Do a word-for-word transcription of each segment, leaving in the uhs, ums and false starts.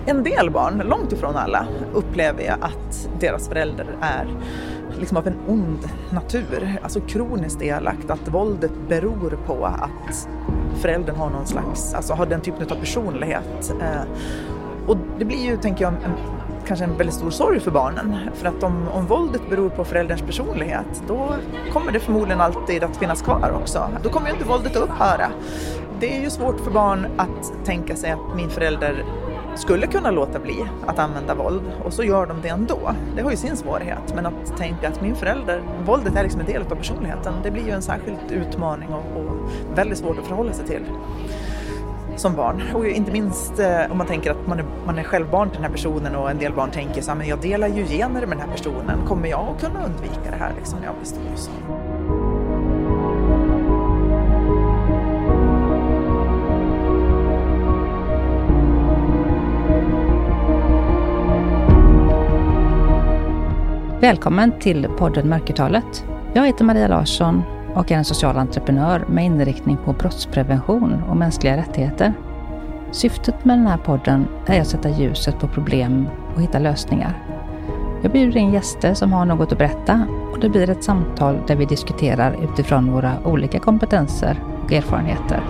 En del barn, långt ifrån alla, upplever jag att deras förälder är liksom av en ond natur, alltså kroniskt elakt, att våldet beror på att föräldern har någon slags, alltså har den typen av personlighet. Och det blir ju, tänker jag, en, kanske en väldigt stor sorg för barnen. För att om, om våldet beror på förälderns personlighet, då kommer det förmodligen alltid att finnas kvar också. Då kommer ju inte våldet att upphöra. Det är ju svårt för barn att tänka sig att min förälder skulle kunna låta bli att använda våld, och så gör de det ändå. Det har ju sin svårighet, men att tänka att min förälder, våldet är liksom en del av personligheten, det blir ju en särskild utmaning och, och väldigt svårt att förhålla sig till som barn. Och inte minst eh, om man tänker att man är, man är själv barn till den här personen, och en del barn tänker så här, men jag delar ju gener med den här personen, kommer jag att kunna undvika det här liksom när jag blir stor? Så. Välkommen till podden Mörkertalet. Jag heter Maria Larsson och är en social entreprenör med inriktning på brottsprevention och mänskliga rättigheter. Syftet med den här podden är att sätta ljuset på problem och hitta lösningar. Jag bjuder in gäster som har något att berätta, och det blir ett samtal där vi diskuterar utifrån våra olika kompetenser och erfarenheter.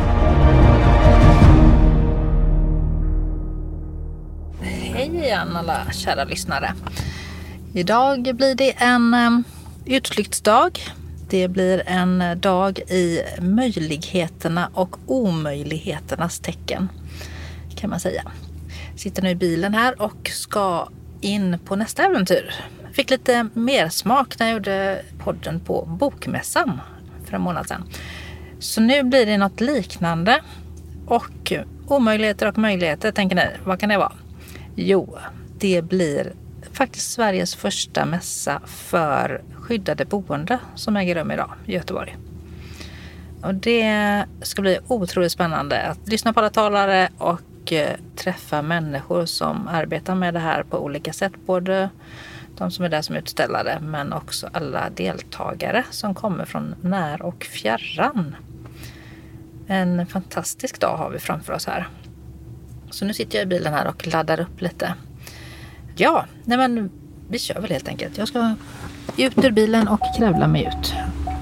Hej igen alla kära lyssnare. Idag blir det en um, utflyktsdag. Det blir en dag i möjligheterna och omöjligheternas tecken, kan man säga. Jag sitter nu i bilen här och ska in på nästa äventyr. Jag fick lite mer smak när jag gjorde podden på Bokmässan för en månad sedan. Så nu blir det något liknande. Och omöjligheter och möjligheter, tänker ni, vad kan det vara? Jo, det blir faktiskt Sveriges första mässa för skyddade boende som äger rum idag i Göteborg. Och det ska bli otroligt spännande att lyssna på alla talare och eh, träffa människor som arbetar med det här på olika sätt. Både de som är där som utställare, men också alla deltagare som kommer från när och fjärran. En fantastisk dag har vi framför oss här. Så nu sitter jag i bilen här och laddar upp lite. Ja, nej men vi kör väl helt enkelt. Jag ska ut ur bilen och kravla mig ut.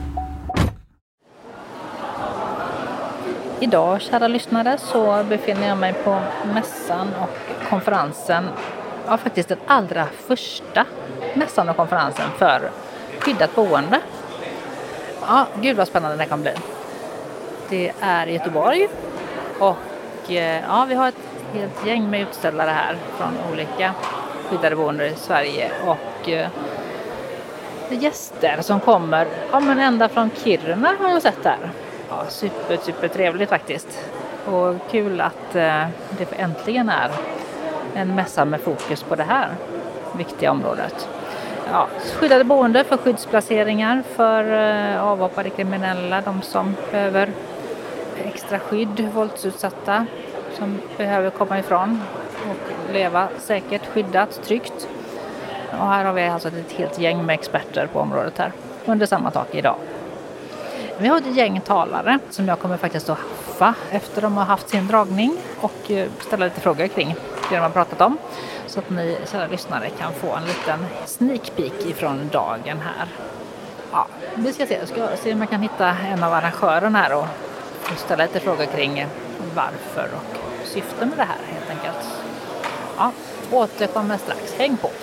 Idag, kära lyssnare, så befinner jag mig på mässan och konferensen. Ja, faktiskt den allra första mässan och konferensen för skyddat boende. Ja, gud vad spännande det kan bli. Det är i Göteborg och ja, vi har ett helt gäng med utställare här från olika skyddade boende i Sverige, och eh, gäster som kommer ja, men ända från Kiruna har jag sett här. Ja, super, super trevligt faktiskt. Och kul att eh, det äntligen är en mässa med fokus på det här viktiga området. Ja, skyddade boende för skyddsplaceringar för eh, avhoppade kriminella, de som behöver extra skydd, våldsutsatta som behöver komma ifrån och leva säkert, skyddat, tryggt. Och här har vi alltså ett helt gäng med experter på området här under samma tak idag. Vi har ett gäng talare som jag kommer faktiskt att haffa efter de har haft sin dragning och ställa lite frågor kring det de har pratat om. Så att ni kära lyssnare kan få en liten sneak peek ifrån dagen här. Ja, vi ska se, jag ska se om jag kan hitta en av arrangörerna här och ställa lite frågor kring varför och syftet med det här helt enkelt. Ja, återkommer strax. Häng på!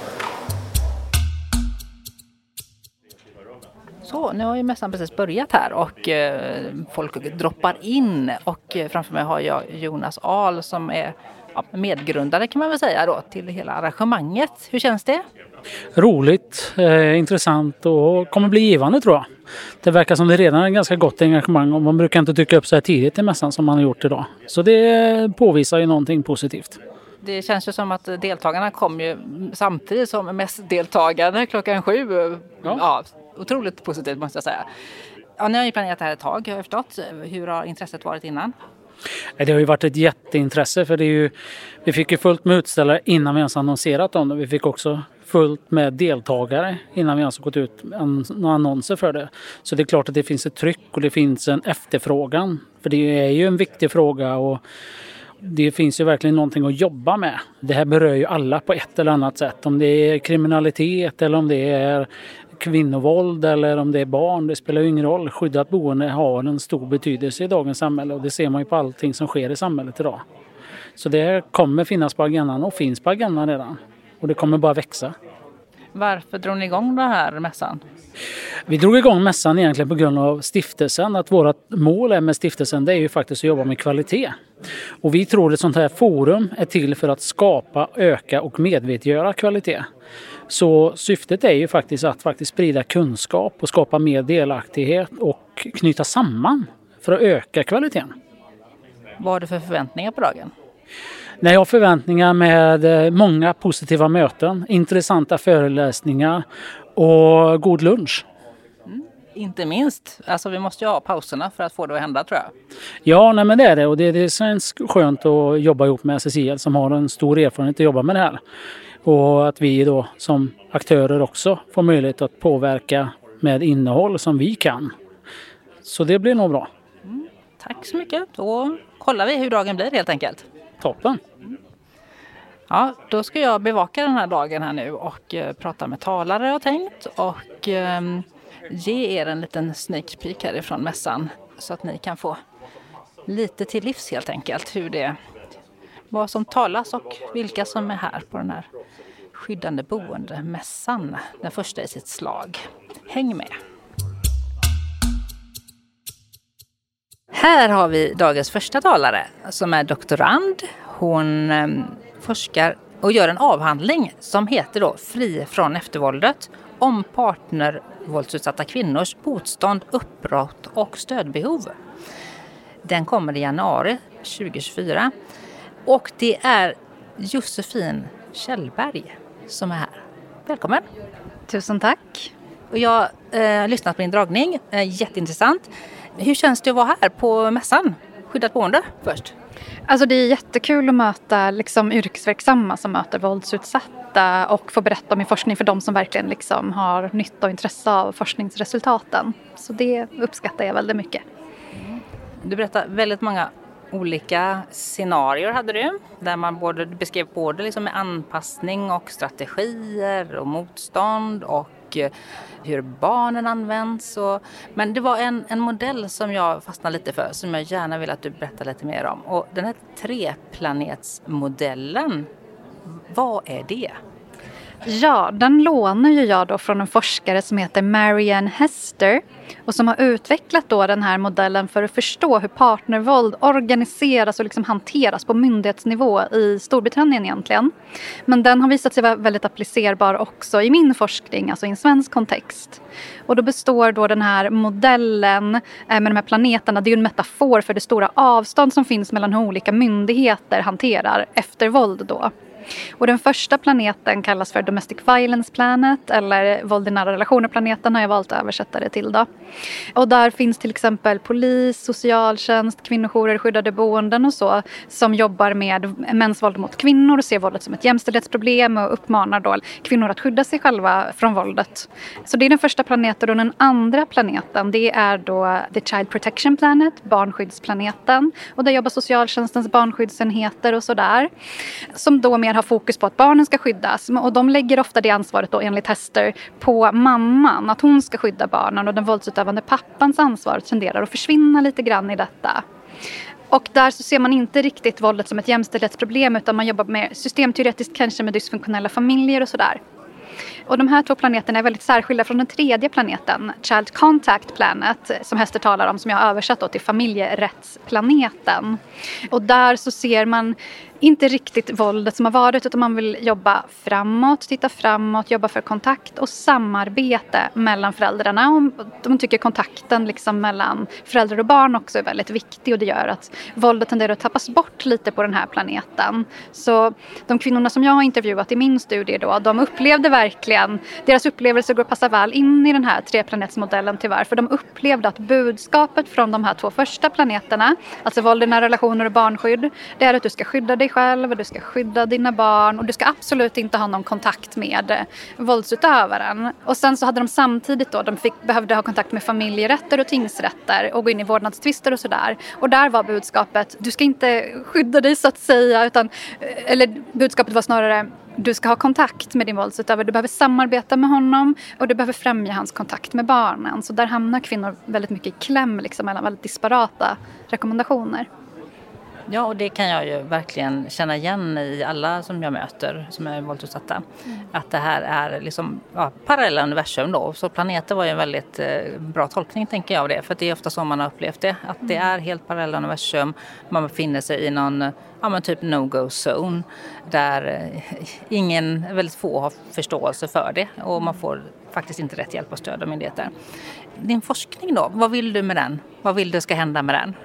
Så, nu har ju mässan precis börjat här och eh, folk droppar in, och eh, framför mig har jag Jonas Ahl som är ja, medgrundare kan man väl säga då till hela arrangemanget. Hur känns det? Roligt, eh, intressant och kommer bli givande tror jag. Det verkar som det redan är en ganska gott engagemang, och man brukar inte dyka upp så här tidigt i mässan som man har gjort idag. Så det påvisar ju någonting positivt. Det känns ju som att deltagarna kom ju samtidigt som mässdeltagare klockan sju. Ja. Ja, otroligt positivt måste jag säga. Ja, ni har ju planerat det här ett tag, har jag förstått. Hur har intresset varit innan? Det har ju varit ett jätteintresse, för det är ju, vi fick ju fullt med utställare innan vi ens annonserat om det. Vi fick också fullt med deltagare innan vi ens har gått ut några annonser för det. Så det är klart att det finns ett tryck och det finns en efterfrågan. För det är ju en viktig fråga, och, det finns ju verkligen någonting att jobba med. Det här berör ju alla på ett eller annat sätt. Om det är kriminalitet eller om det är kvinnovåld eller om det är barn, det spelar ju ingen roll. Skyddat boende har en stor betydelse i dagens samhälle och det ser man ju på allting som sker i samhället idag. Så det kommer finnas på agendan och finns på agendan redan. Och det kommer bara växa. Varför drog ni igång den här mässan? Vi drog igång mässan egentligen på grund av stiftelsen. Att vårt mål är med stiftelsen, det är ju faktiskt att jobba med kvalitet. Och vi tror att ett sånt här forum är till för att skapa, öka och medvetgöra kvalitet. Så syftet är ju faktiskt att faktiskt sprida kunskap och skapa mer delaktighet och knyta samman för att öka kvaliteten. Vad har du för förväntningar på dagen? Nej, jag har förväntningar med många positiva möten, intressanta föreläsningar och god lunch. Mm, inte minst. Alltså vi måste ju ha pauserna för att få det att hända, tror jag. Ja, nej, men det är det. Och det, det känns skönt att jobba ihop med S S I L som har en stor erfarenhet att jobba med det här. Och att vi då som aktörer också får möjlighet att påverka med innehåll som vi kan. Så det blir nog bra. Mm, tack så mycket. Då kollar vi hur dagen blir helt enkelt. Toppen. Ja, då ska jag bevaka den här dagen här nu och eh, prata med talare jag tänkt och eh, ge er en liten sneak peek härifrån mässan så att ni kan få lite till livs helt enkelt hur det, vad som talas och vilka som är här på den här skyddande boendemässan, den första i sitt slag. Häng med! Här har vi dagens första talare som är doktorand. Hon eh, forskar och gör en avhandling som heter då Fri från eftervåldet om partnervåldsutsatta kvinnors motstånd, uppbrott och stödbehov. Den kommer i januari tjugohundratjugofyra och det är Josefin Kjellberg som är här. Välkommen! Tusen tack! Och jag eh, har lyssnat på din dragning, eh, jätteintressant. Hur känns det att vara här på mässan? Skyddat boende först. Alltså det är jättekul att möta liksom yrkesverksamma som möter våldsutsatta och få berätta om i forskning för de som verkligen liksom har nytta och intresse av forskningsresultaten. Så det uppskattar jag väldigt mycket. Du berättar väldigt många olika scenarier hade du. Där man både, du beskrev både liksom med anpassning och strategier och motstånd och hur barnen används. Och, men det var en, en modell som jag fastnade lite för som jag gärna vill att du berättar lite mer om. Och den här treplanetsmodellen, vad är det? Ja, den lånar ju jag då från en forskare som heter Marianne Hester och som har utvecklat då den här modellen för att förstå hur partnervåld organiseras och liksom hanteras på myndighetsnivå i Storbritannien egentligen. Men den har visat sig vara väldigt applicerbar också i min forskning, alltså i en svensk kontext. Och då består då den här modellen med de här planeterna, det är ju en metafor för det stora avstånd som finns mellan hur olika myndigheter hanterar eftervåld då. Och den första planeten kallas för Domestic Violence Planet eller våld i nära relationer-planeten har jag valt att översätta det till då. Och där finns till exempel polis, socialtjänst, kvinnojourer, skyddade boenden och så som jobbar med mäns våld mot kvinnor och ser våldet som ett jämställdhetsproblem och uppmanar då kvinnor att skydda sig själva från våldet. Så det är den första planeten och den andra planeten det är då The Child Protection Planet, barnskyddsplaneten. Och där jobbar socialtjänstens barnskyddsenheter och sådär som då mer har fokus på att barnen ska skyddas och de lägger ofta det ansvaret då enligt Hester på mamman, att hon ska skydda barnen och den våldsutövande pappans ansvar tenderar att försvinna lite grann i detta. Och där så ser man inte riktigt våldet som ett jämställdhetsproblem utan man jobbar mer systemteoretiskt kanske med dysfunktionella familjer och sådär. Och de här två planeterna är väldigt särskilda från den tredje planeten, Child Contact Planet, som Hester talar om, som jag har översatt då till familjerättsplaneten. Och där så ser man inte riktigt våldet som har varit utan man vill jobba framåt, titta framåt, jobba för kontakt och samarbete mellan föräldrarna. Och de tycker kontakten liksom mellan föräldrar och barn också är väldigt viktig och det gör att våldet tenderar att tappas bort lite på den här planeten. Så de kvinnorna som jag har intervjuat i min studie då, de upplevde verkligen verkligen, deras upplevelser går att passa väl in i den här treplanetsmodellen tyvärr. För de upplevde att budskapet från de här två första planeterna, alltså våld i nära relationer och barnskydd, det är att du ska skydda dig själv, du ska skydda dina barn och du ska absolut inte ha någon kontakt med eh, våldsutövaren. Och sen så hade de samtidigt då, de fick, behövde ha kontakt med familjerätter och tingsrätter och gå in i vårdnadstvister och sådär. Och där var budskapet, du ska inte skydda dig så att säga, utan, eller budskapet var snarare, du ska ha kontakt med din våldsutövare, du behöver samarbeta med honom och du behöver främja hans kontakt med barnen. Så där hamnar kvinnor väldigt mycket i kläm liksom, mellan väldigt disparata rekommendationer. Ja, och det kan jag ju verkligen känna igen i alla som jag möter som är våldsutsatta. Mm. Att det här är liksom ja, parallella universum då. Så planeter var ju en väldigt eh, bra tolkning tänker jag av det. För det är ofta så man har upplevt det. Att det är helt parallella universum. Man befinner sig i någon ja, men typ no-go-zone. Där eh, ingen, väldigt få har förståelse för det. Och man får faktiskt inte rätt hjälp och stöd av myndigheter. Din forskning då, vad vill du med den? Vad vill du ska hända med den?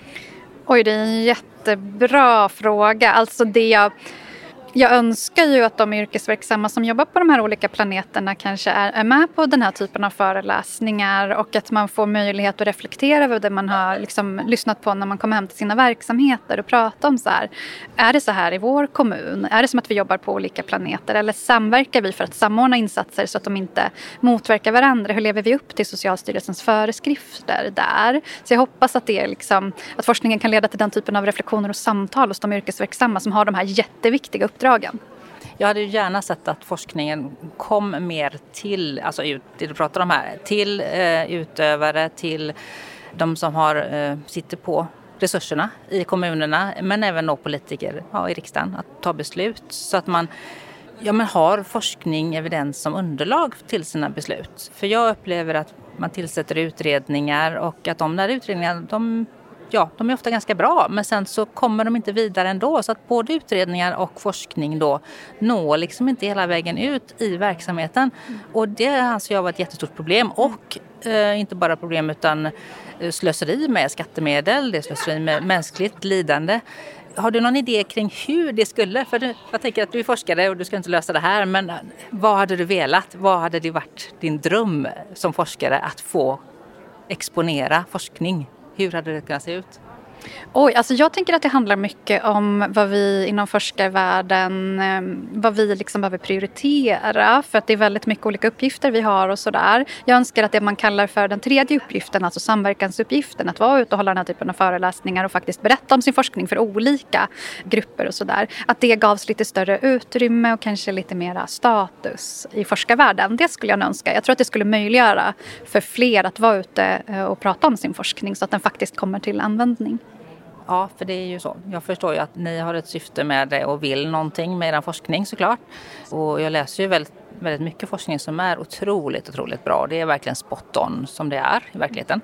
Oj, det är en jättebra fråga. Alltså det jag, jag önskar ju att de yrkesverksamma som jobbar på de här olika planeterna kanske är, är med på den här typen av föreläsningar och att man får möjlighet att reflektera över det man har liksom lyssnat på när man kommer hem till sina verksamheter och prata om så här. Är det så här i vår kommun? Är det som att vi jobbar på olika planeter? Eller samverkar vi för att samordna insatser så att de inte motverkar varandra? Hur lever vi upp till Socialstyrelsens föreskrifter där? Så jag hoppas att, det är liksom, att forskningen kan leda till den typen av reflektioner och samtal hos de yrkesverksamma som har de här jätteviktiga uppdragen. Jag hade ju gärna sett att forskningen kom mer till, alltså ut, det du pratar om här, till eh, utövare, till de som har, eh, sitter på resurserna i kommunerna, men även då politiker ja, i riksdagen att ta beslut så att man ja, men har forskning, evidens som underlag till sina beslut. För jag upplever att man tillsätter utredningar och att de där utredningarna, de Ja, de är ofta ganska bra, men sen så kommer de inte vidare ändå. Så att både utredningar och forskning då når liksom inte hela vägen ut i verksamheten. Mm. Och det anser jag var ett jättestort problem. Och eh, inte bara problem utan slöseri med skattemedel, det är slöseri med mänskligt lidande. Har du någon idé kring hur det skulle? För du, jag tänker att du är forskare och du ska inte lösa det här. Men vad hade du velat? Vad hade det varit din dröm som forskare att få exponera forskning? Hur hade det kunnat se ut? Oj, alltså jag tänker att det handlar mycket om vad vi inom forskarvärlden, vad vi liksom behöver prioritera. För att det är väldigt mycket olika uppgifter vi har och sådär. Jag önskar att det man kallar för den tredje uppgiften, alltså samverkansuppgiften, att vara ute och hålla den här typen av föreläsningar och faktiskt berätta om sin forskning för olika grupper och sådär. Att det gavs lite större utrymme och kanske lite mera status i forskarvärlden. Det skulle jag önska. Jag tror att det skulle möjliggöra för fler att vara ute och prata om sin forskning så att den faktiskt kommer till användning. Ja, för det är ju så. Jag förstår ju att ni har ett syfte med det och vill någonting med er forskning såklart. Och jag läser ju väldigt, väldigt mycket forskning som är otroligt, otroligt bra. Det är verkligen spot on som det är i verkligheten.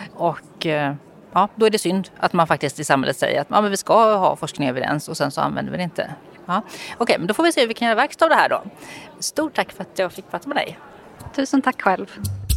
Och ja, då är det synd att man faktiskt i samhället säger att ja, men vi ska ha forskning och evidens och sen så använder vi det inte. Ja. Okej, men då får vi se hur vi kan göra verkstad av det här då. Stort tack för att jag fick prata med dig. Tusen tack själv.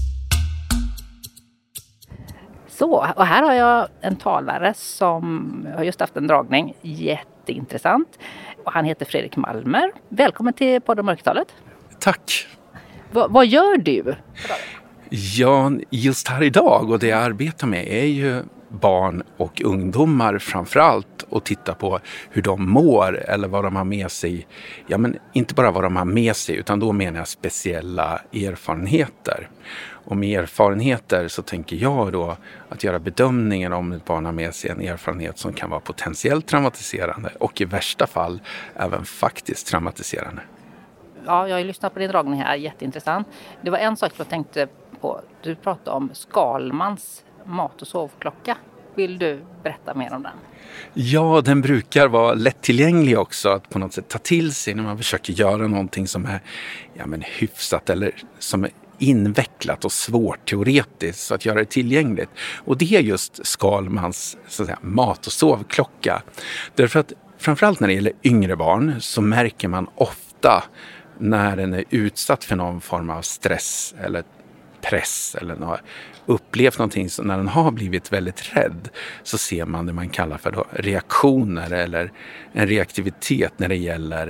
Så, och här har jag en talare som har just haft en dragning. Jätteintressant. Och han heter Fredrik Malmer. Välkommen till podden Mörkertalet. Tack. Va, vad gör du? Ja, just här idag och det jag arbetar med är ju barn och ungdomar framförallt och titta på hur de mår eller vad de har med sig. Ja, men inte bara vad de har med sig utan då menar jag speciella erfarenheter. Och med erfarenheter så tänker jag då att göra bedömningen om ett barn har med sig en erfarenhet som kan vara potentiellt traumatiserande och i värsta fall även faktiskt traumatiserande. Ja, jag har ju lyssnat på din dragning här, jätteintressant. Det var en sak jag tänkte på. Du pratade om Skalmans mat- och sovklocka. Vill du berätta mer om den? Ja, den brukar vara lättillgänglig också att på något sätt ta till sig när man försöker göra någonting som är ja, men hyfsat eller som är invecklat och svårt teoretiskt så att göra det tillgängligt. Och det är just Skalmans så att säga, mat- och sovklocka. Därför att framförallt när det gäller yngre barn så märker man ofta när den är utsatt för någon form av stress eller press eller något, upplevt någonting så när den har blivit väldigt rädd så ser man det man kallar för då reaktioner eller en reaktivitet när det gäller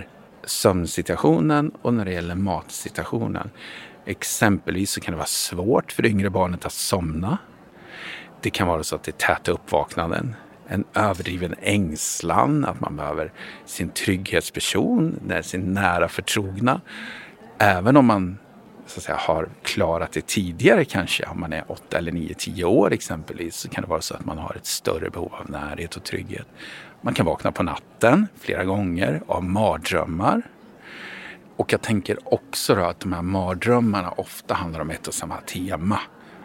sömnsituationen och när det gäller matsituationen. Exempelvis så kan det vara svårt för det yngre barnet att somna. Det kan vara så att det är täta uppvaknaden. En överdriven ängslan, att man behöver sin trygghetsperson, sin nära förtrogna. Även om man så att säga, har klarat det tidigare kanske, om man är åtta eller nio, tio år exempelvis, så kan det vara så att man har ett större behov av närhet och trygghet. Man kan vakna på natten flera gånger av mardrömmar. Och jag tänker också då att de här mardrömmarna ofta handlar om ett och samma tema.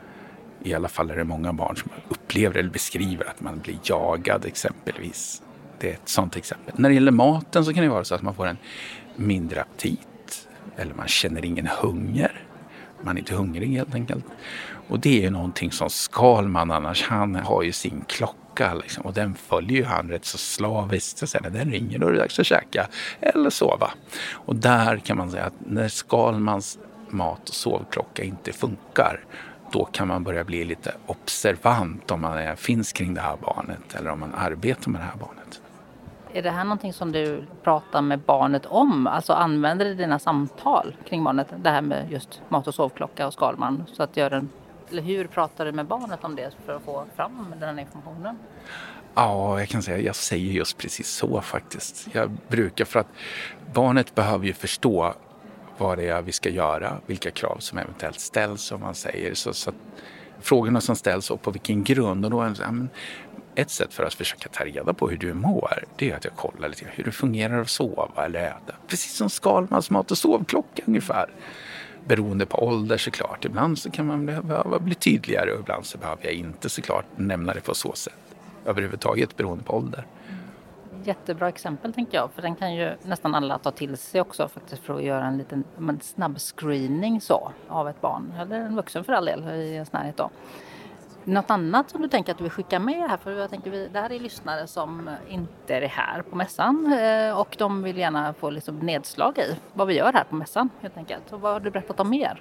I alla fall är det många barn som upplever eller beskriver att man blir jagad exempelvis. Det är ett sånt exempel. När det gäller maten så kan det vara så att man får en mindre aptit. Eller man känner ingen hunger. Man är inte hungrig helt enkelt. Och det är ju någonting som Skalman annars. Han har ju sin klocka liksom, och den följer ju han rätt så slaviskt. Så när den ringer då är det dags att käka eller sova. Och där kan man säga att när Skalmans mat- och sovklocka inte funkar, då kan man börja bli lite observant om man är, finns kring det här barnet eller om man arbetar med det här barnet. Är det här någonting som du pratar med barnet om? Alltså använder du dina samtal kring barnet? Det här med just mat- och sovklocka och Skalman. Så att gör en, eller hur pratar du med barnet om det för att få fram den här informationen? Ja, jag kan säga jag säger just precis så faktiskt. Jag brukar, för att barnet behöver ju förstå vad det är vi ska göra, vilka krav som eventuellt ställs som man säger. Så, så att frågorna som ställs och på vilken grund. Och då är det så, ja, men ett sätt för att försöka ta reda på hur du mår, det är att jag kollar lite hur det fungerar att sova eller äta. Precis som Skalmans mat- och sovklocka ungefär. Beroende på ålder såklart. Ibland så kan man behöva bli tydligare och ibland så behöver jag inte såklart nämna det på så sätt. Överhuvudtaget beroende på ålder. Jättebra exempel tänker jag, för den kan ju nästan alla ta till sig också faktiskt för att göra en liten en snabb screening så av ett barn eller en vuxen för all del i ens närhet då. Något annat som du tänker att du vill skicka med här, för jag tänker vi, det här är lyssnare som inte är här på mässan och de vill gärna få liksom nedslag i vad vi gör här på mässan helt enkelt. Och vad har du berättat om mer?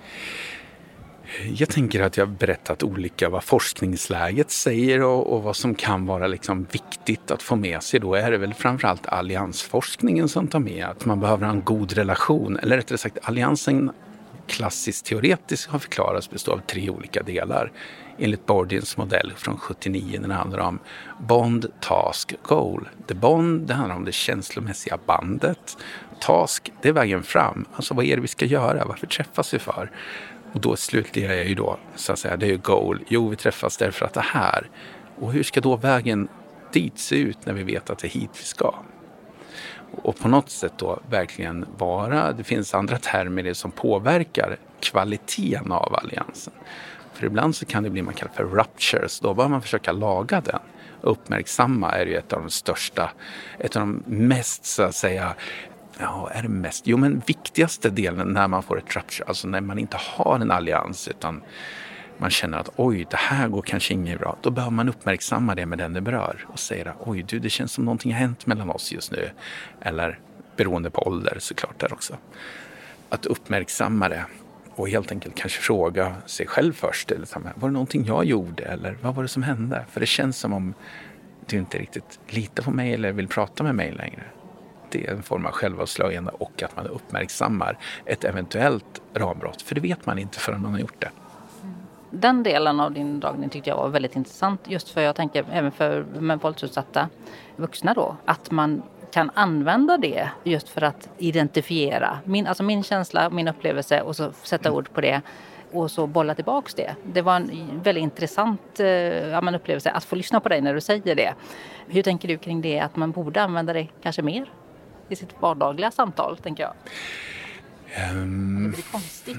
Jag tänker att jag har berättat olika vad forskningsläget säger och, och vad som kan vara liksom viktigt att få med sig. Då är det väl framförallt alliansforskningen som tar med att man behöver ha en god relation. Eller rättare sagt, alliansen klassiskt teoretiskt har förklarats bestå av tre olika delar. Enligt Bourdieu's modell från sjuttionio, den handlar om bond, task, goal. The bond, det handlar om det känslomässiga bandet. Task, det är vägen fram. Alltså vad är det vi ska göra? Varför träffas vi för? Och då slutligen är ju då, så att säga, det är ju goal. Jo, vi träffas därför att det här. Och hur ska då vägen dit se ut när vi vet att det är hit vi ska? Och på något sätt då verkligen vara, det finns andra termer som påverkar kvaliteten av alliansen. För ibland så kan det bli man kallar för ruptures, då bör man försöka laga den. Uppmärksamma är ju ett av de största, ett av de mest så att säga, ja, är det mest? Jo, men viktigaste delen när man får ett rupture, alltså när man inte har en allians utan man känner att oj, det här går kanske inget bra. Då behöver man uppmärksamma det med den det berör och säga oj, du, det känns som någonting har hänt mellan oss just nu. Eller beroende på ålder såklart där också. Att uppmärksamma det och helt enkelt kanske fråga sig själv först. Eller, var det någonting jag gjorde eller vad var det som hände? För det känns som om du inte riktigt litar på mig eller vill prata med mig längre. Det är en form av självavslöjande och att man uppmärksammar ett eventuellt rambrott. För det vet man inte förrän man har gjort det. Den delen av din dragning tyckte jag var väldigt intressant. Just för jag tänker även för med våldsutsatta vuxna då. Att man kan använda det just för att identifiera min, alltså min känsla, min upplevelse och så sätta ord på det. Och så bolla tillbaks det. Det var en väldigt intressant eh, ja, man upplevelse att få lyssna på dig när du säger det. Hur tänker du kring det att man borde använda det kanske mer i sitt vardagliga samtal, tänker jag? Um, det blir konstigt.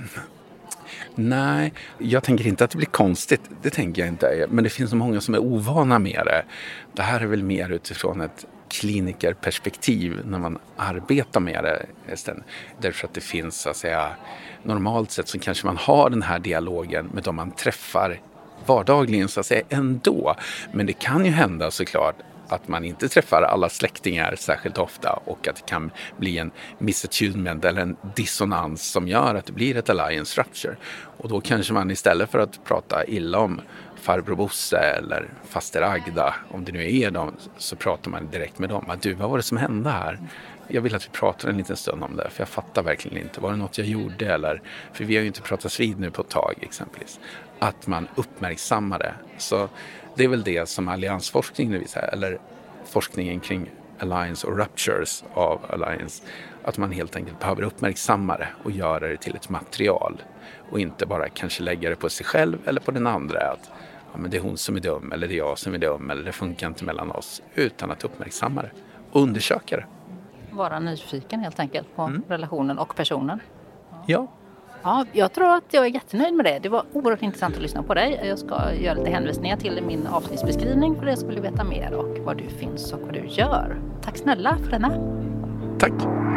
Nej, jag tänker inte att det blir konstigt. Det tänker jag inte. Men det finns så många som är ovana med det. Det här är väl mer utifrån ett klinikerperspektiv när man arbetar med det istället. Därför att det finns så att säga, normalt sett så kanske man har den här dialogen med de man träffar vardagligen så att säga ändå. Men det kan ju hända såklart att man inte träffar alla släktingar särskilt ofta och att det kan bli en misattunement eller en dissonans som gör att det blir ett alliance rupture. Och då kanske man istället för att prata illa om farbror Bosse eller faster Agda, om det nu är dem, så pratar man direkt med dem. Att du, vad var det som hände här? Jag vill att vi pratar en liten stund om det, för jag fattar verkligen inte. Var det något jag gjorde? Eller, för vi har ju inte pratat vid nu på ett tag exempelvis. Att man uppmärksammar det. Så det är väl det som alliansforskning nu visar, eller forskningen kring Alliance och Ruptures av Alliance. Att man helt enkelt behöver uppmärksamma det och göra det till ett material. Och inte bara kanske lägga det på sig själv eller på den andra. Att ja, men det är hon som är dum, eller det är jag som är dum, eller det funkar inte mellan oss. Utan att uppmärksamma det och undersöka det. Vara nyfiken helt enkelt på Mm. relationen och personen. Ja. Ja, jag tror att jag är jättenöjd med det. Det var oerhört intressant att lyssna på dig. Jag ska göra lite hänvisningar till min avsnittsbeskrivning för det som vill veta mer och var du finns och vad du gör. Tack snälla för denna. Tack.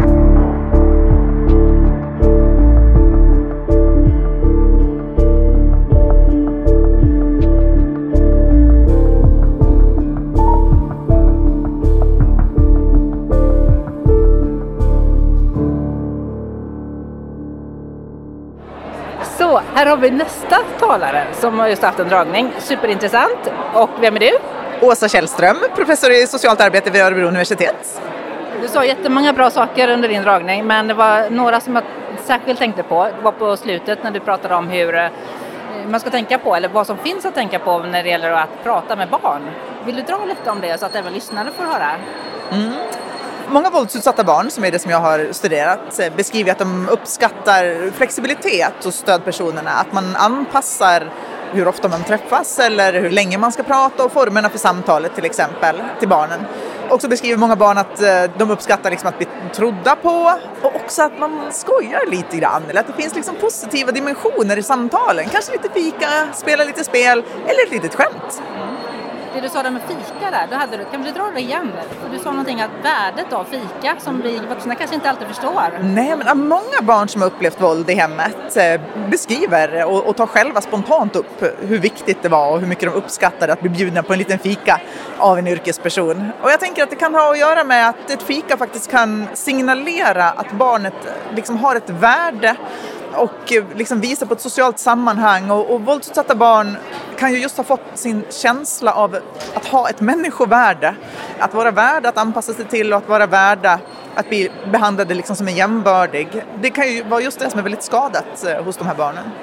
Så, här har vi nästa talare som har just haft en dragning. Superintressant. Och vem är du? Åsa Källström, professor i socialt arbete vid Örebro universitet. Du sa jättemånga bra saker under din dragning, men det var några som jag särskilt tänkte på. Det var på slutet när du pratade om hur man ska tänka på, eller vad som finns att tänka på när det gäller att prata med barn. Vill du dra lite om det så att även lyssnare får höra? Mm. Många våldsutsatta barn, som är det som jag har studerat, beskriver att de uppskattar flexibilitet hos stödpersonerna. Att man anpassar hur ofta man träffas eller hur länge man ska prata och formerna för samtalet till exempel till barnen. Också beskriver många barn att de uppskattar liksom att bli trodda på och också att man skojar lite grann. Eller att det finns liksom positiva dimensioner i samtalen. Kanske lite fika, spela lite spel eller ett litet skämt. Det du sa där med fika där, då hade du, kan du dra det igen? För du sa någonting att värdet av fika som vi vuxna kanske inte alltid förstår. Nej, men många barn som har upplevt våld i hemmet eh, beskriver och, och tar själva spontant upp hur viktigt det var och hur mycket de uppskattade att bli bjudna på en liten fika av en yrkesperson. Och jag tänker att det kan ha att göra med att ett fika faktiskt kan signalera att barnet liksom har ett värde och liksom visa på ett socialt sammanhang. Och, och våldsutsatta barn kan ju just ha fått sin känsla av att ha ett människovärde. Att vara värda att anpassa sig till och att vara värda att bli behandlade liksom som en jämbördig. Det kan ju vara just det som är väldigt skadat hos de här barnen. Mm.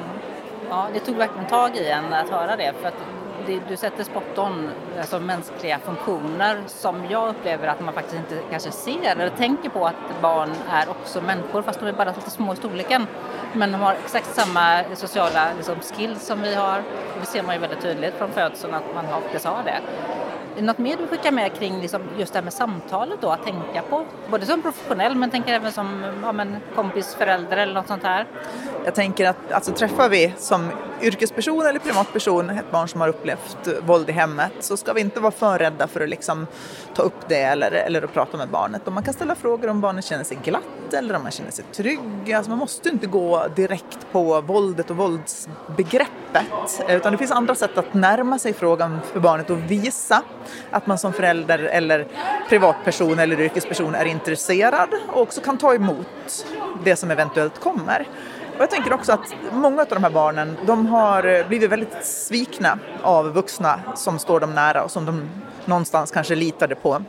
Ja, det tog verkligen tag i en att höra det. För att det, du sätter spot on, alltså mänskliga funktioner som jag upplever att man faktiskt inte kanske ser eller tänker på att barn är också människor, fast de är bara lite små i storleken. Men de har exakt samma sociala liksom, skills som vi har. Det ser man ju väldigt tydligt från födseln att man faktiskt har det. Är det något mer du skickar med kring liksom, just det här med samtalet då, att tänka på? Både som professionell men tänker även som ja, men, kompis, förälder eller något sånt här. Jag tänker att alltså, träffar vi som yrkesperson eller privatperson ett barn som har upplevt våld i hemmet, så ska vi inte vara för rädda för att liksom, ta upp det eller, eller att prata med barnet. Och man kan ställa frågor om barnet känner sig glatt eller om man känner sig trygg. Alltså, man måste inte gå direkt på våldet och våldsbegreppet, utan det finns andra sätt att närma sig frågan för barnet och visa att man som förälder eller privatperson eller yrkesperson är intresserad och också kan ta emot det som eventuellt kommer. Och jag tänker också att många av de här barnen, de har blivit väldigt svikna av vuxna som står dem nära och som de någonstans kanske litade på.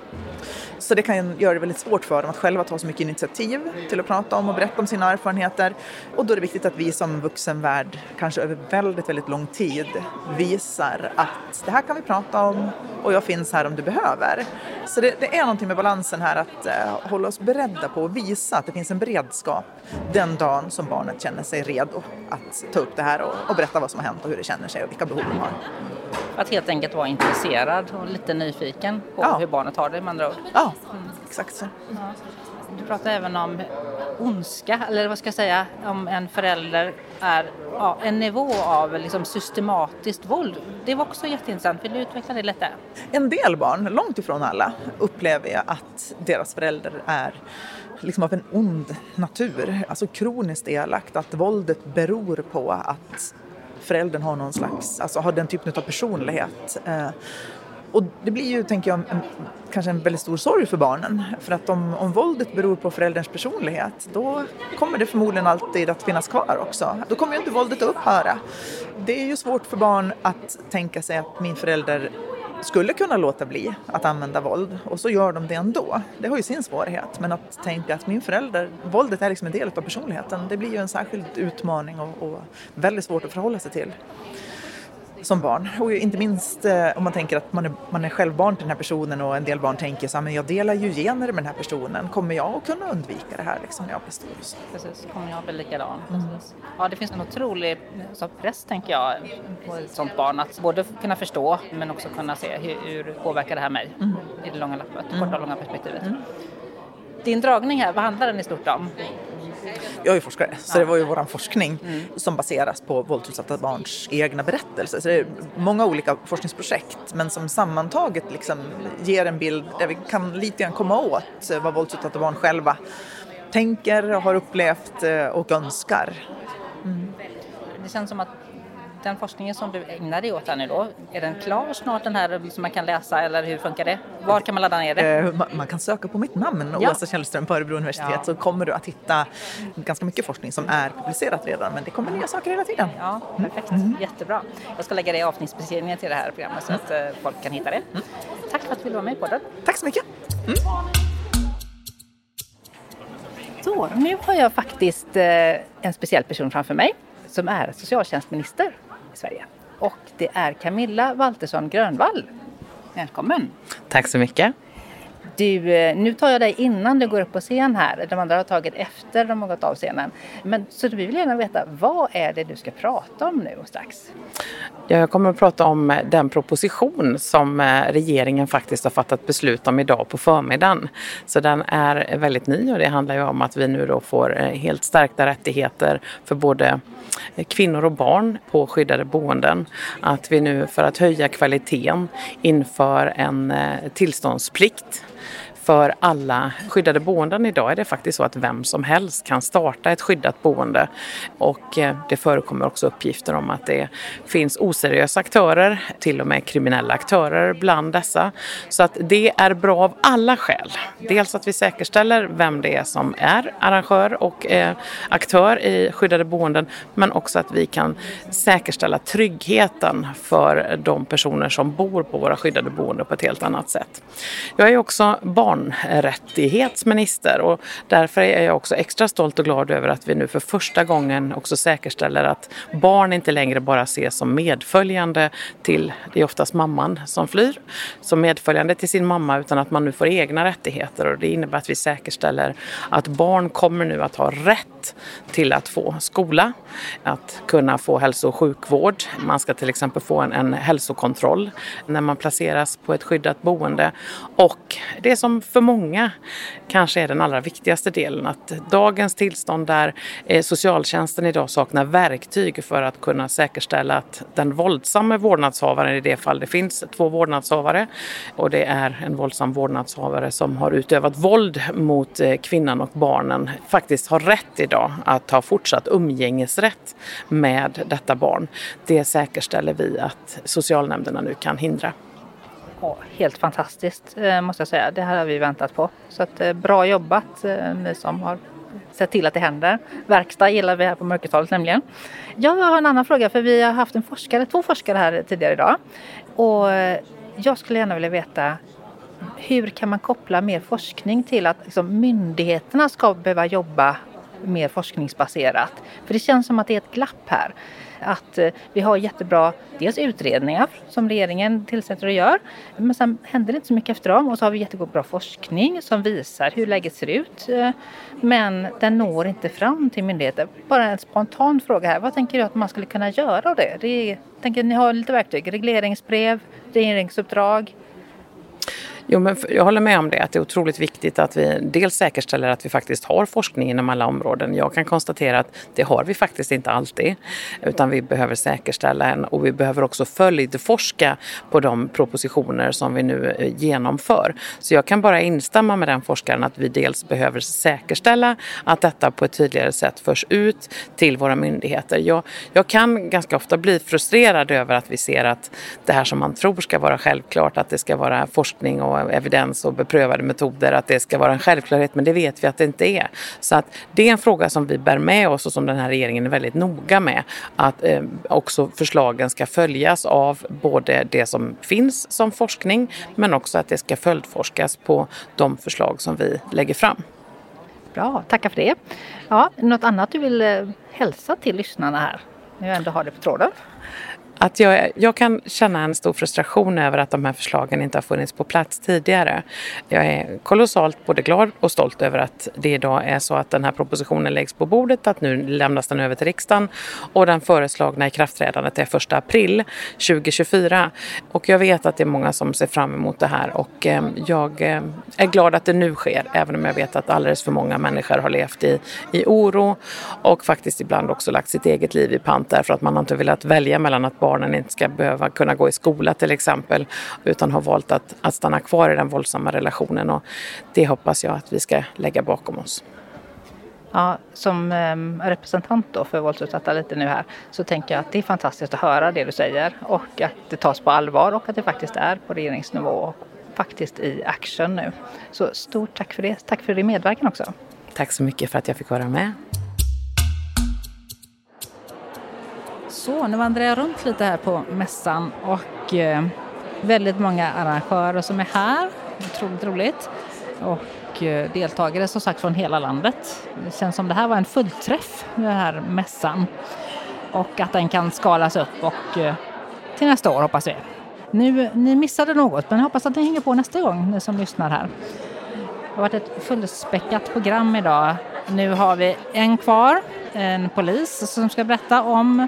Så det kan göra det väldigt svårt för dem att själva ta så mycket initiativ till att prata om och berätta om sina erfarenheter. Och då är det viktigt att vi som vuxenvärld kanske över väldigt, väldigt lång tid visar att det här kan vi prata om och jag finns här om du behöver. Så det, det är någonting med balansen här att eh, hålla oss beredda på att visa att det finns en beredskap den dagen som barnet känner sig redo att ta upp det här och, och berätta vad som har hänt och hur det känner sig och vilka behov de har. Att helt enkelt vara intresserad och lite nyfiken på ja. hur barnet har det med andra ord. Ja, mm. exakt så. Ja. Du pratar även om ondska, eller vad ska jag säga, om en förälder är ja, en nivå av liksom systematiskt våld. Det var också jätteintressant. Vill du utveckla det lite? En del barn, långt ifrån alla, upplever jag att deras förälder är liksom av en ond natur. Alltså kroniskt elakt, att våldet beror på att föräldern har någon slags, alltså har den typen av personlighet. Och det blir ju, tänker jag, en, kanske en väldigt stor sorg för barnen. För att om, om våldet beror på förälderns personlighet, då kommer det förmodligen alltid att finnas kvar också. Då kommer ju inte våldet att upphöra. Det är ju svårt för barn att tänka sig att min förälder skulle kunna låta bli att använda våld, och så gör de det ändå. Det har ju sin svårighet, men att tänka att min förälder, våldet är liksom en del av personligheten, det blir ju en särskild utmaning och, och väldigt svårt att förhålla sig till som barn. Och inte minst eh, om man tänker att man är, man är själv barn till den här personen, och en del barn tänker så här, men jag delar ju gener med den här personen, kommer jag att kunna undvika det här liksom, när jag blir stor? Precis, kommer jag bli likadan. Mm. Ja, det finns en otrolig så press, tänker jag, på ett sånt barn, att både kunna förstå men också kunna se hur, hur påverkar det här mig mm. i det långa loppet, mm. korta och långa perspektivet. Mm. Din dragning här, vad handlar den i stort om? Jag är ju forskare, så det var ju vår forskning mm. som baseras på våldsutsatta barns egna berättelser. Så det är många olika forskningsprojekt, men som sammantaget liksom ger en bild där vi kan lite grann komma åt vad våldsutsatta barn själva tänker, har upplevt och önskar. Mm. Det känns som att den forskningen som du ägnar dig åt här nu då, är den klar snart, den här som man kan läsa, eller hur funkar det? Var kan man ladda ner det? Man kan söka på mitt namn, ja. Åsa Källström på Örebro universitet, ja. Så kommer du att hitta ganska mycket forskning som är publicerat redan, men det kommer nya saker hela tiden. Ja, perfekt. Mm. Jättebra. Jag ska lägga det i avsnittsbeskrivningen till det här programmet så att mm. folk kan hitta det. Mm. Tack för att du ville vara med på det. Tack så mycket. Mm. Så, nu har jag faktiskt en speciell person framför mig som är socialtjänstminister i Sverige. Och det är Camilla Waltersson Grönvall. Välkommen. Tack så mycket. Du, nu tar jag dig innan du går upp på scen här. De andra har tagit efter de har gått av scenen. Men så vi vill gärna veta, vad är det du ska prata om nu strax? Jag kommer att prata om den proposition som regeringen faktiskt har fattat beslut om idag på förmiddagen. Så den är väldigt ny, och det handlar ju om att vi nu då får helt stärkta rättigheter för både kvinnor och barn på skyddade boenden. Att vi nu, för att höja kvaliteten, inför en tillståndsplikt för alla skyddade boenden. Idag är det faktiskt så att vem som helst kan starta ett skyddat boende, och det förekommer också uppgifter om att det finns oseriösa aktörer, till och med kriminella aktörer bland dessa. Så att det är bra av alla skäl. Dels att vi säkerställer vem det är som är arrangör och eh, aktör i skyddade boenden, men också att vi kan säkerställa tryggheten för de personer som bor på våra skyddade boenden på ett helt annat sätt. Jag är också barn barnrättighetsminister, och därför är jag också extra stolt och glad över att vi nu för första gången också säkerställer att barn inte längre bara ses som medföljande till, det är oftast mamman som flyr, som medföljande till sin mamma, utan att man nu får egna rättigheter, och det innebär att vi säkerställer att barn kommer nu att ha rätt till att få skola, att kunna få hälso- och sjukvård. Man ska till exempel få en, en hälsokontroll när man placeras på ett skyddat boende, och det som för många kanske är den allra viktigaste delen, att dagens tillstånd där socialtjänsten idag saknar verktyg för att kunna säkerställa att den våldsamma vårdnadshavaren, i det fall det finns två vårdnadshavare, och det är en våldsam vårdnadshavare som har utövat våld mot kvinnan och barnen, faktiskt har rätt idag att ha fortsatt umgängesrätt med detta barn. Det säkerställer vi att socialnämnderna nu kan hindra. Ja, helt fantastiskt måste jag säga. Det här har vi väntat på. Så att, bra jobbat ni som har sett till att det händer. Verkstad gillar vi här på Mörkertalet nämligen. Jag har en annan fråga, för vi har haft en forskare, två forskare här tidigare idag. Och jag skulle gärna vilja veta, hur kan man koppla mer forskning till att liksom, myndigheterna ska behöva jobba mer forskningsbaserat? För det känns som att det är ett glapp här. Att vi har jättebra dels utredningar som regeringen tillsätter och gör, men sen händer det inte så mycket efter dem, och så har vi jättegod bra forskning som visar hur läget ser ut, men den når inte fram till myndigheter. Bara en spontan fråga här, vad tänker du att man skulle kunna göra av det? det är, tänker ni har lite verktyg, regleringsbrev, regeringsuppdrag? Jo, men jag håller med om det, att det är otroligt viktigt att vi dels säkerställer att vi faktiskt har forskning inom alla områden. Jag kan konstatera att det har vi faktiskt inte alltid, utan vi behöver säkerställa en, och vi behöver också följdforska på de propositioner som vi nu genomför. Så jag kan bara instämma med den forskaren att vi dels behöver säkerställa att detta på ett tydligare sätt förs ut till våra myndigheter. Jag, jag kan ganska ofta bli frustrerad över att vi ser att det här som man tror ska vara självklart, att det ska vara forskning och evidens och beprövade metoder, att det ska vara en självklarhet, men det vet vi att det inte är. Så att det är en fråga som vi bär med oss och som den här regeringen är väldigt noga med, att eh, också förslagen ska följas av både det som finns som forskning, men också att det ska följdforskas på de förslag som vi lägger fram. Bra, tackar för det. Ja, något annat du vill hälsa till lyssnarna här? Nu ändå har det på tråden. Att jag, jag kan känna en stor frustration över att de här förslagen inte har funnits på plats tidigare. Jag är kolossalt både glad och stolt över att det idag är så att den här propositionen läggs på bordet, att nu lämnas den över till riksdagen och den föreslagna ikraftträdandet är första april tjugohundratjugofyra. Och jag vet att det är många som ser fram emot det här och eh, jag eh, är glad att det nu sker, även om jag vet att alldeles för många människor har levt i, i oro och faktiskt ibland också lagt sitt eget liv i pant därför att man inte velat välja mellan att barnen inte ska behöva kunna gå i skola till exempel, utan har valt att, att stanna kvar i den våldsamma relationen, och det hoppas jag att vi ska lägga bakom oss. Ja, som eh, representant då för våldsutsatta lite nu här, så tänker jag att det är fantastiskt att höra det du säger och att det tas på allvar och att det faktiskt är på regeringsnivå och faktiskt i action nu. Så stort tack för det. Tack för din medverkan också. Tack så mycket för att jag fick vara med. Så, nu vandrar jag runt lite här på mässan och eh, väldigt många arrangörer som är här. Otroligt roligt. Och eh, deltagare som sagt från hela landet. Det känns som det här var en fullträff, den här mässan. Och att den kan skalas upp och eh, till nästa år hoppas vi. Nu, ni missade något, men jag hoppas att ni hänger på nästa gång, ni som lyssnar här. Det har varit ett fullspäckat program idag. Nu har vi en kvar, en polis som ska berätta om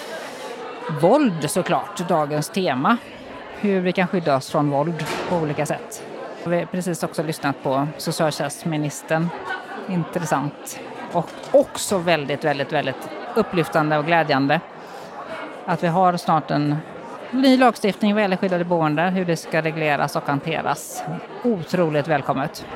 våld såklart, dagens tema. Hur vi kan skydda oss från våld på olika sätt. Vi har precis också lyssnat på socialtjänstministern. Intressant. Och också väldigt, väldigt, väldigt upplyftande och glädjande att vi har snart en ny lagstiftning vad gäller skyddade boenden, hur det ska regleras och hanteras. Otroligt välkommet.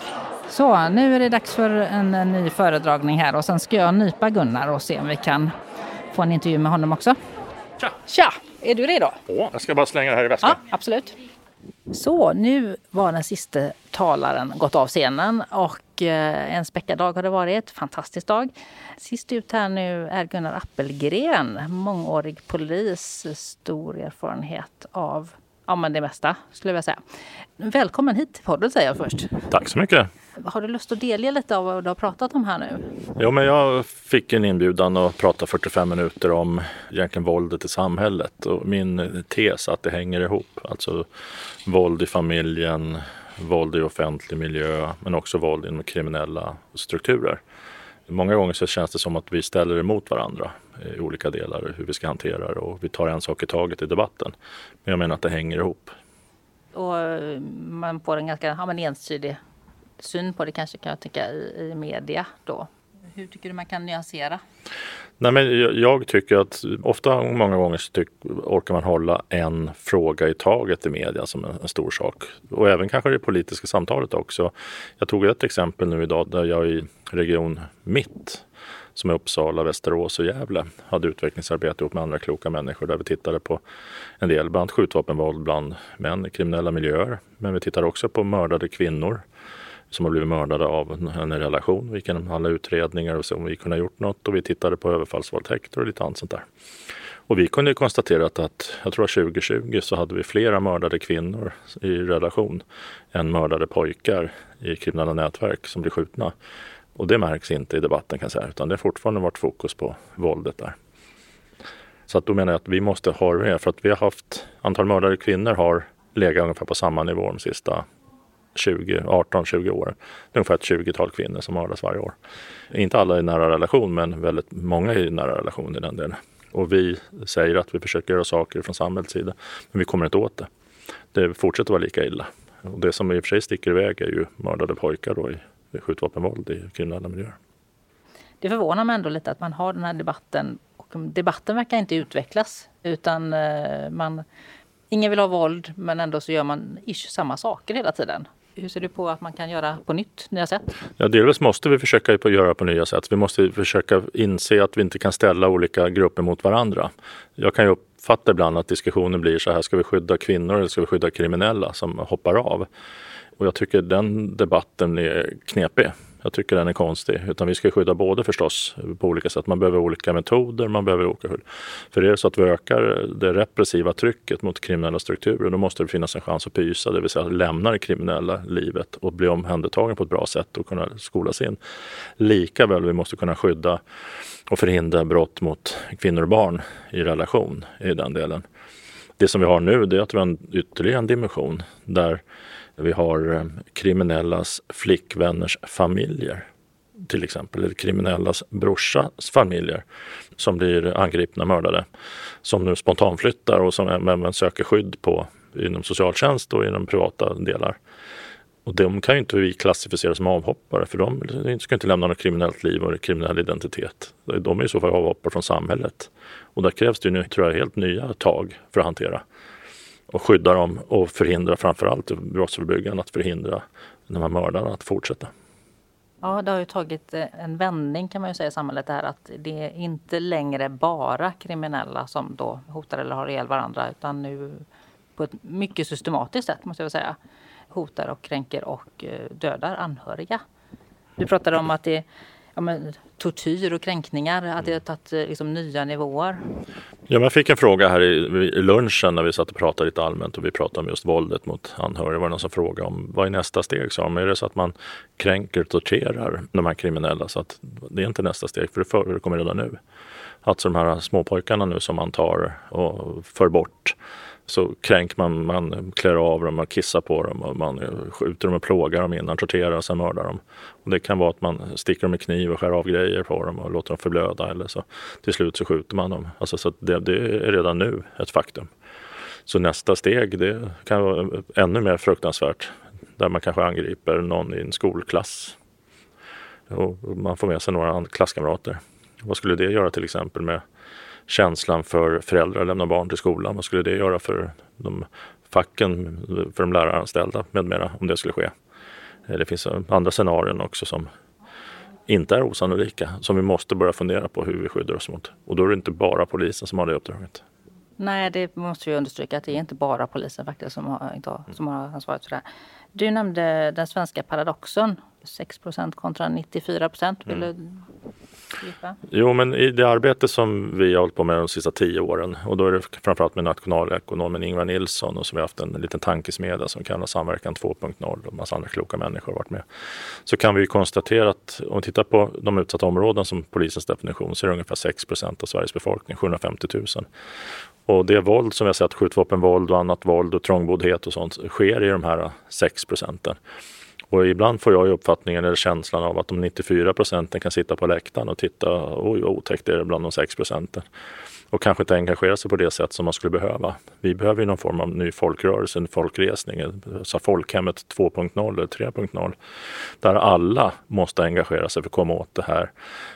Så, nu är det dags för en ny föredragning här och sen ska jag nypa Gunnar och se om vi kan få en intervju med honom också. Tja! Tja! Är du redo? Ja, jag ska bara slänga det här i väskan. Ja, absolut. Så, nu var den sista talaren gått av scenen och eh, en späckad dag har det varit. Fantastisk dag. Sist ut här nu är Gunnar Appelgren, mångårig polis, stor erfarenhet av ja, men det mesta skulle jag säga. Välkommen hit till podden säger jag först. Tack så mycket. Har du lust att delge lite av vad du har pratat om här nu? Jo, men jag fick en inbjudan att prata fyrtiofem minuter om egentligen våldet i samhället. Och min tes att det hänger ihop. Alltså våld i familjen, våld i offentlig miljö, men också våld inom kriminella strukturer. Många gånger så känns det som att vi ställer emot varandra i olika delar, hur vi ska hantera det, och vi tar en sak i taget i debatten. Men jag menar att det hänger ihop. Och man får en ganska ja, men ensidig syn på det kanske kan jag tycka i, i media då. Hur tycker du man kan nyansera? Nej, men jag, jag tycker att ofta många gånger så tyck, orkar man hålla en fråga i taget i media som en, en stor sak. Och även kanske det politiska samtalet också. Jag tog ett exempel nu idag där jag i region Mitt, som är Uppsala, Västerås och Gävle, hade utvecklingsarbete ihop med andra kloka människor där vi tittade på en del, bland skjutvapenvåld bland män i kriminella miljöer. Men vi tittade också på mördade kvinnor som har blivit mördade av en relation. Vi kan alla utredningar och se om vi kunde ha gjort något, och vi tittade på överfallsvåldtäkter och lite annat sånt där. Och vi kunde konstatera att jag tror tjugo tjugo så hade vi flera mördade kvinnor i relation än mördade pojkar i kriminella nätverk som blir skjutna. Och det märks inte i debatten kan jag säga, utan det har fortfarande varit fokus på våldet där. Så att då menar jag att vi måste ha det, för att vi har haft, antal mördade kvinnor har legat ungefär på samma nivå de sista arton tjugo år. Det är ungefär ett tjugotal kvinnor som mördas varje år. Inte alla i nära relation, men väldigt många i nära relation i den delen. Och vi säger att vi försöker göra saker från samhällets sida, men vi kommer inte åt det. Det fortsätter vara lika illa. Och det som i och för sig sticker iväg är ju mördade pojkar då i, i skjutvapenvåld i kriminella miljöer. Det förvånar mig ändå lite att man har den här debatten och debatten verkar inte utvecklas utan man, ingen vill ha våld men ändå så gör man ish samma saker hela tiden. Hur ser du på att man kan göra på nytt, nya sätt? Ja, delvis måste vi försöka på göra på nya sätt. Vi måste försöka inse att vi inte kan ställa olika grupper mot varandra. Jag kan ju uppfatta ibland att diskussionen blir så här, ska vi skydda kvinnor eller ska vi skydda kriminella som hoppar av? Och jag tycker den debatten är knepig. Jag tycker den är konstig. Utan vi ska skydda både förstås på olika sätt. Man behöver olika metoder, man behöver olika hull. För är det så att vi ökar det repressiva trycket mot kriminella strukturer, då måste det finnas en chans att pysa, det vill säga lämna det kriminella livet och bli omhändertagen på ett bra sätt och kunna skolas in. Lika väl vi måste kunna skydda och förhindra brott mot kvinnor och barn i relation i den delen. Det som vi har nu, det är att vi har en ytterligare en dimension där vi har kriminellas flickvänners familjer till exempel, eller kriminellas brorsas familjer som blir angripna, mördade, som nu spontanflyttar och som även söker skydd på inom socialtjänst och inom privata delar. Och de kan ju inte vi klassificera som avhoppare, för de ska inte lämna något kriminellt liv och kriminell identitet. De är i så fall avhoppare från samhället. Och där krävs det ju nu, tror jag, helt nya tag för att hantera. Och skydda dem och förhindra, framförallt brottsförebyggande, att förhindra de här mördarna att fortsätta. Ja, det har ju tagit en vändning kan man ju säga i samhället, det här att det är inte längre bara kriminella som då hotar eller har ihjäl varandra, utan nu på ett mycket systematiskt sätt måste jag säga hotar och kränker och dödar anhöriga. Du pratade om att det ja, men, tortyr och kränkningar, att det har tagit liksom, nya nivåer. Ja, man fick en fråga här i, i lunchen när vi satt och pratade lite allmänt och vi pratade om just våldet mot anhöriga. Det var någon som frågade om vad är nästa steg, sa de. Är det så att man kränker och torterar de här kriminella, så att det är inte nästa steg, för det förekommer redan nu. Alltså de här småpojkarna nu som man tar och för bort, så kränker man, man klär av dem, man kissar på dem och man skjuter dem och plågar dem innan, torterar och sen mördar dem. Och det kan vara att man sticker dem med kniv och skär av grejer på dem och låter dem förblöda, eller så till slut så skjuter man dem. Alltså, så det, det är redan nu ett faktum. Så nästa steg, det kan vara ännu mer fruktansvärt, där man kanske angriper någon i en skolklass och man får med sig några klasskamrater. Vad skulle det göra till exempel med känslan för föräldrar att lämna barn till skolan? Vad skulle det göra för de facken, för de läraranställda med mera, om det skulle ske? Det finns andra scenarier också som inte är osannolika, som vi måste börja fundera på hur vi skyddar oss mot. Och då är det inte bara polisen som har det uppdraget. Nej, det måste vi understryka, att det är inte bara polisen faktiskt som har, som har ansvaret för det. Du nämnde den svenska paradoxen, sex procent kontra nittiofyra procent. Vill du gripa? Jo, men i det arbete som vi har hållit på med de sista tio åren, och då är det framförallt med nationalekonomen Ingvar Nilsson, och som vi har haft en liten tankesmedja som kallas Samverkan två punkt noll, och en massa andra kloka människor har varit med. Så kan vi konstatera att om vi tittar på de utsatta områden som polisens definition, så är det ungefär sex procent av Sveriges befolkning, sjuhundrafemtio tusen. Och det våld som vi har sett, skjutvapenvåld och annat våld och trångboddhet och sånt, sker i de här sex procenten. Och ibland får jag ju uppfattningen eller känslan av att de nittiofyra procenten kan sitta på läktaren och titta, oj vad otäckt är det bland de sex procenten. Och kanske inte engagera sig på det sätt som man skulle behöva. Vi behöver ju någon form av ny folkrörelse, en folkresning, så folkhemmet två punkt noll eller tre punkt noll. Där alla måste engagera sig för att komma åt det här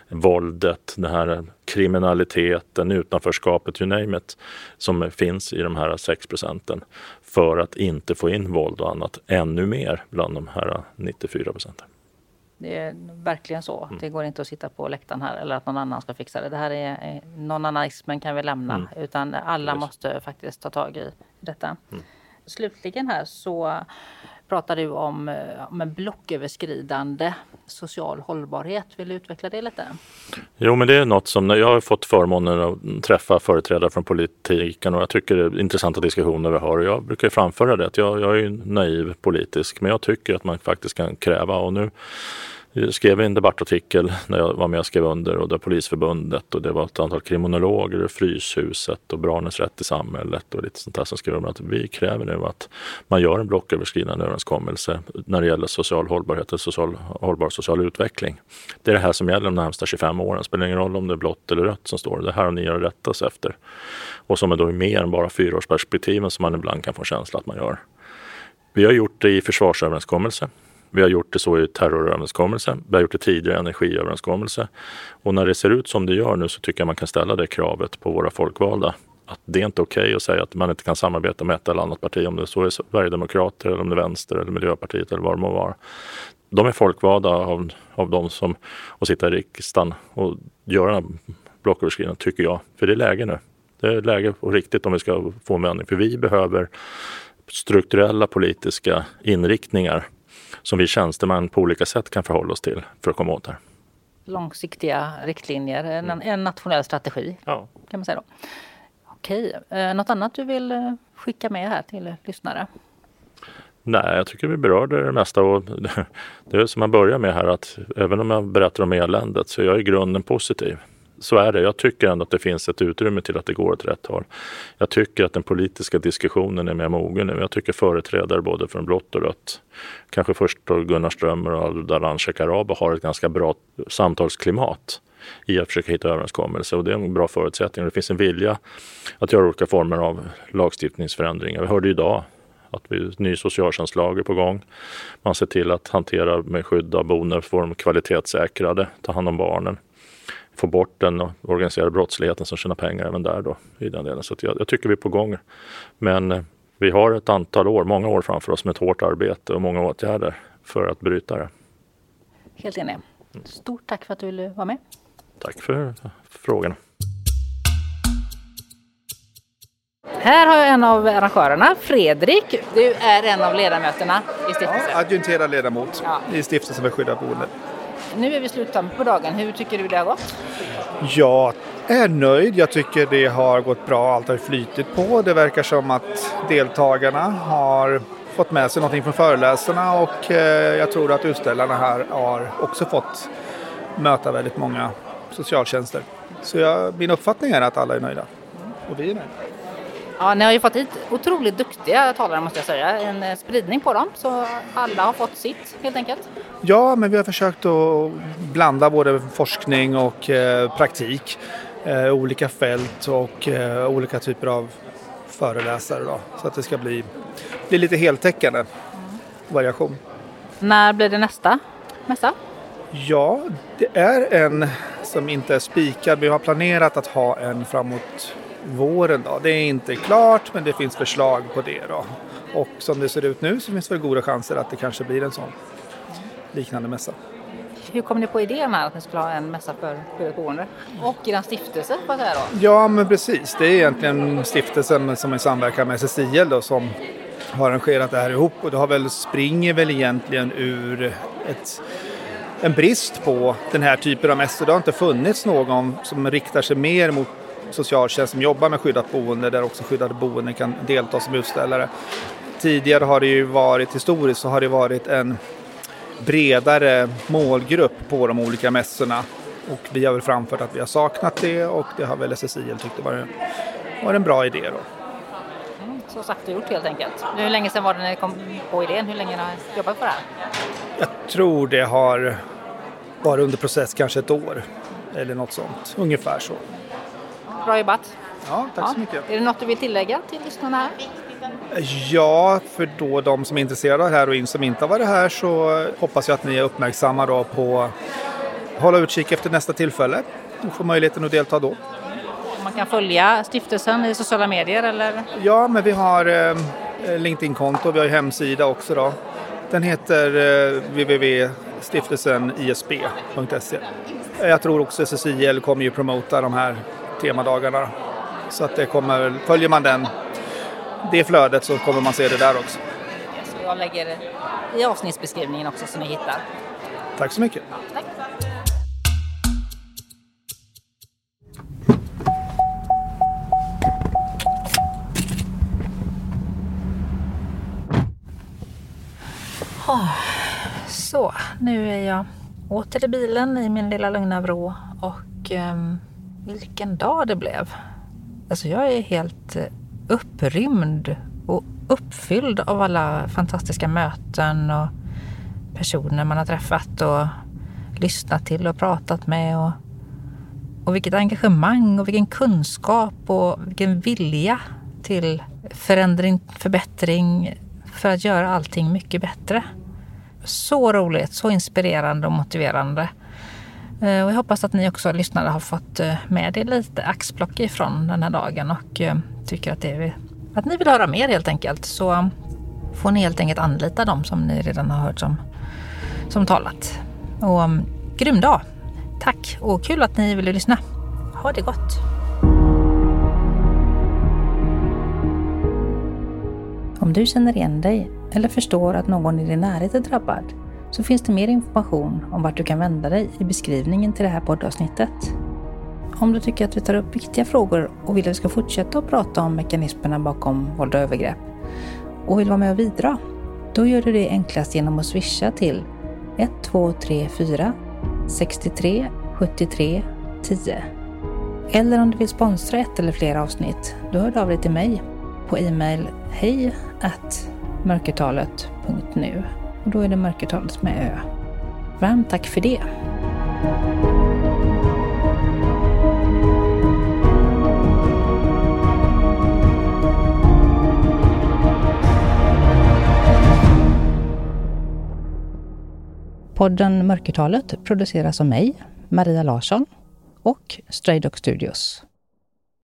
våldet, den här kriminaliteten, utanförskapet, you name it, som finns i de här sex procenten. För att inte få in våld och annat ännu mer bland de här nittiofyra procenten. Det är verkligen så. Mm. Det går inte att sitta på läktaren här eller att någon annan ska fixa det. Det här är nånannaismen kan vi lämna. Mm. Utan alla yes. måste faktiskt ta tag i detta. Mm. Slutligen här så pratar du om, om en blocköverskridande social hållbarhet. Vill du utveckla det lite? Jo, men det är något som, när jag har fått förmånen att träffa företrädare från politiken, och jag tycker det är intressanta diskussioner vi har, och jag brukar framföra det att jag, jag är ju naiv politisk, men jag tycker att man faktiskt kan kräva, och nu jag skrev en debattartikel när jag var med och skrev under, och det var Polisförbundet och det var ett antal kriminologer, Fryshuset och Barnens rätt i samhället och lite sånt där som skrev om att vi kräver nu att man gör en blocköverskridande överenskommelse när det gäller social hållbarhet och social, hållbar social utveckling. Det är det här som gäller de närmsta tjugofem åren. Det spelar ingen roll om det är blått eller rött som står. Det här har ni att rätta sig efter. Och som är då mer än bara fyraårsperspektiven som man ibland kan få känsla att man gör. Vi har gjort det i försvarsöverenskommelse. Vi har gjort det så i terroröverenskommelse. Vi har gjort det tidigare i energiöverenskommelse. Och när det ser ut som det gör nu så tycker jag man kan ställa det kravet på våra folkvalda. Att det är inte okej okay att säga att man inte kan samarbeta med ett eller annat parti. Om det så är Sverigedemokrater eller om det är Vänster eller Miljöpartiet eller vad det må vara. De är folkvalda av, av de som och sitta i riksdagen och göra den här blocköverskridande, tycker jag. För det är läge nu. Det är läge och riktigt om vi ska få en vändning. För vi behöver strukturella politiska inriktningar som vi tjänstemän på olika sätt kan förhålla oss till för att komma åt det här. Långsiktiga riktlinjer, en, en nationell strategi ja. Kan man säga då. Okej, eh, något annat du vill eh, skicka med här till lyssnare? Nej, jag tycker vi berörde det mesta och det är som man börjar med här att även om jag berättar om eländet så är jag i grunden positiv. Så är det. Jag tycker ändå att det finns ett utrymme till att det går åt rätt håll. Jag tycker att den politiska diskussionen är mer mogen nu. Jag tycker företrädare både från blått och rött, kanske först då Gunnar Strömmer och Ardalan Shekarabi har ett ganska bra samtalsklimat i att försöka hitta överenskommelser och det är en bra förutsättning. Det finns en vilja att göra olika former av lagstiftningsförändringar. Vi hörde idag att vi är ny socialtjänstlag är på gång. Man ser till att hantera med skydd av boenden för de kvalitetssäkrade, ta hand om barnen. Få bort den organiserade brottsligheten som tjänar pengar även där då i den delen. Så jag, jag tycker vi är på gång. Men eh, vi har ett antal år, många år framför oss med ett hårt arbete och många åtgärder för att bryta det. Helt enig. Stort tack för att du ville vara med. Tack för frågorna. Här har jag en av arrangörerna, Fredrik. Du är en av ledamöterna i stiftelsen. Ja, adjungerad ledamot ja. i stiftelsen för skyddat boende. Nu är vi sluttamp på dagen. Hur tycker du det har gått? Jag är nöjd. Jag tycker det har gått bra. Allt har flytit på. Det verkar som att deltagarna har fått med sig någonting från föreläsarna och jag tror att utställarna här har också fått möta väldigt många socialtjänster. Så jag, min uppfattning är att alla är nöjda. Och vi är nöjda. Ja, ni har ju fått hit otroligt duktiga talare måste jag säga. En spridning på dem så alla har fått sitt helt enkelt. Ja, men vi har försökt att blanda både forskning och eh, praktik. Eh, olika fält och eh, olika typer av föreläsare då. Så att det ska bli, bli lite heltäckande variation. När blir det nästa mässa? Ja, det är en som inte är spikad. Vi har planerat att ha en framåt våren då. Det är inte klart men det finns förslag på det då. Och som det ser ut nu så finns det goda chanser att det kanske blir en sån liknande mässa. Hur kom ni på idén här att ni skulle ha en mässa för skyddat boende? Och i den stiftelse på det här då? Ja men precis, det är egentligen stiftelsen som är samverkan med S S I L då som har arrangerat det här ihop och det har väl springer väl egentligen ur ett en brist på den här typen av mässor. Det har inte funnits någon som riktar sig mer mot socialtjänst som jobbar med skyddat boende där också skyddade boende kan delta som utställare. Tidigare har det ju varit, historiskt så har det varit en bredare målgrupp på de olika mässorna och vi har väl framfört att vi har saknat det och det har väl S S I L tyckte var, var en bra idé då. Mm, så sagt och gjort helt enkelt. Hur länge sedan var det när ni kom på idén? Hur länge har ni jobbat på det här? Jag tror det har varit under process kanske ett år eller något sånt, ungefär så. Bra jobbat. Ja, tack ja. så mycket. Är det något du vill tillägga till lyssnarna här? Ja, för då de som är intresserade av det här och in som inte har varit här så hoppas jag att ni är uppmärksamma då på att hålla utkik efter nästa tillfälle och få möjligheten att delta då. Man kan följa stiftelsen i sociala medier eller? Ja, men vi har eh, LinkedIn-konto, vi har hemsida också då. Den heter eh, w w w punkt stiftelsen i s b punkt s e. Jag tror också S S I L kommer ju promota de här temadagarna. Så att det kommer, följer man den, det flödet så kommer man se det där också. Så jag lägger i avsnittsbeskrivningen också så ni hittar. Tack så mycket. Tack. Oh, så, nu är jag åter i bilen i min lilla lugna vrå och um, vilken dag det blev. Alltså jag är helt upprymd och uppfylld av alla fantastiska möten och personer man har träffat och lyssnat till och pratat med och, och vilket engagemang och vilken kunskap och vilken vilja till förändring, förbättring, för att göra allting mycket bättre. Så roligt, så inspirerande och motiverande. Och jag hoppas att ni också lyssnare har fått med er lite axplock ifrån den här dagen och tycker att, det är, att ni vill höra mer helt enkelt. Så får ni helt enkelt anlita dem som ni redan har hört som, som talat. Och um, grym dag! Tack och kul att ni ville lyssna. Ha det gott! Om du känner igen dig eller förstår att någon i din närhet är drabbad så finns det mer information om vart du kan vända dig i beskrivningen till det här poddavsnittet. Om du tycker att vi tar upp viktiga frågor och vill att vi ska fortsätta att prata om mekanismerna bakom våld och övergrepp och vill vara med och bidra, då gör du det enklast genom att swisha till ett två tre fyra sex tre sju tre tio. Eller om du vill sponsra ett eller flera avsnitt, då hör du av dig till mig på e-mail hej at mörkertalet punkt nu. Och då är det mörkertalet med ö. Varmt tack för det! Podden Mörkertalet produceras av mig, Maria Larsson och Stray Dog Studios.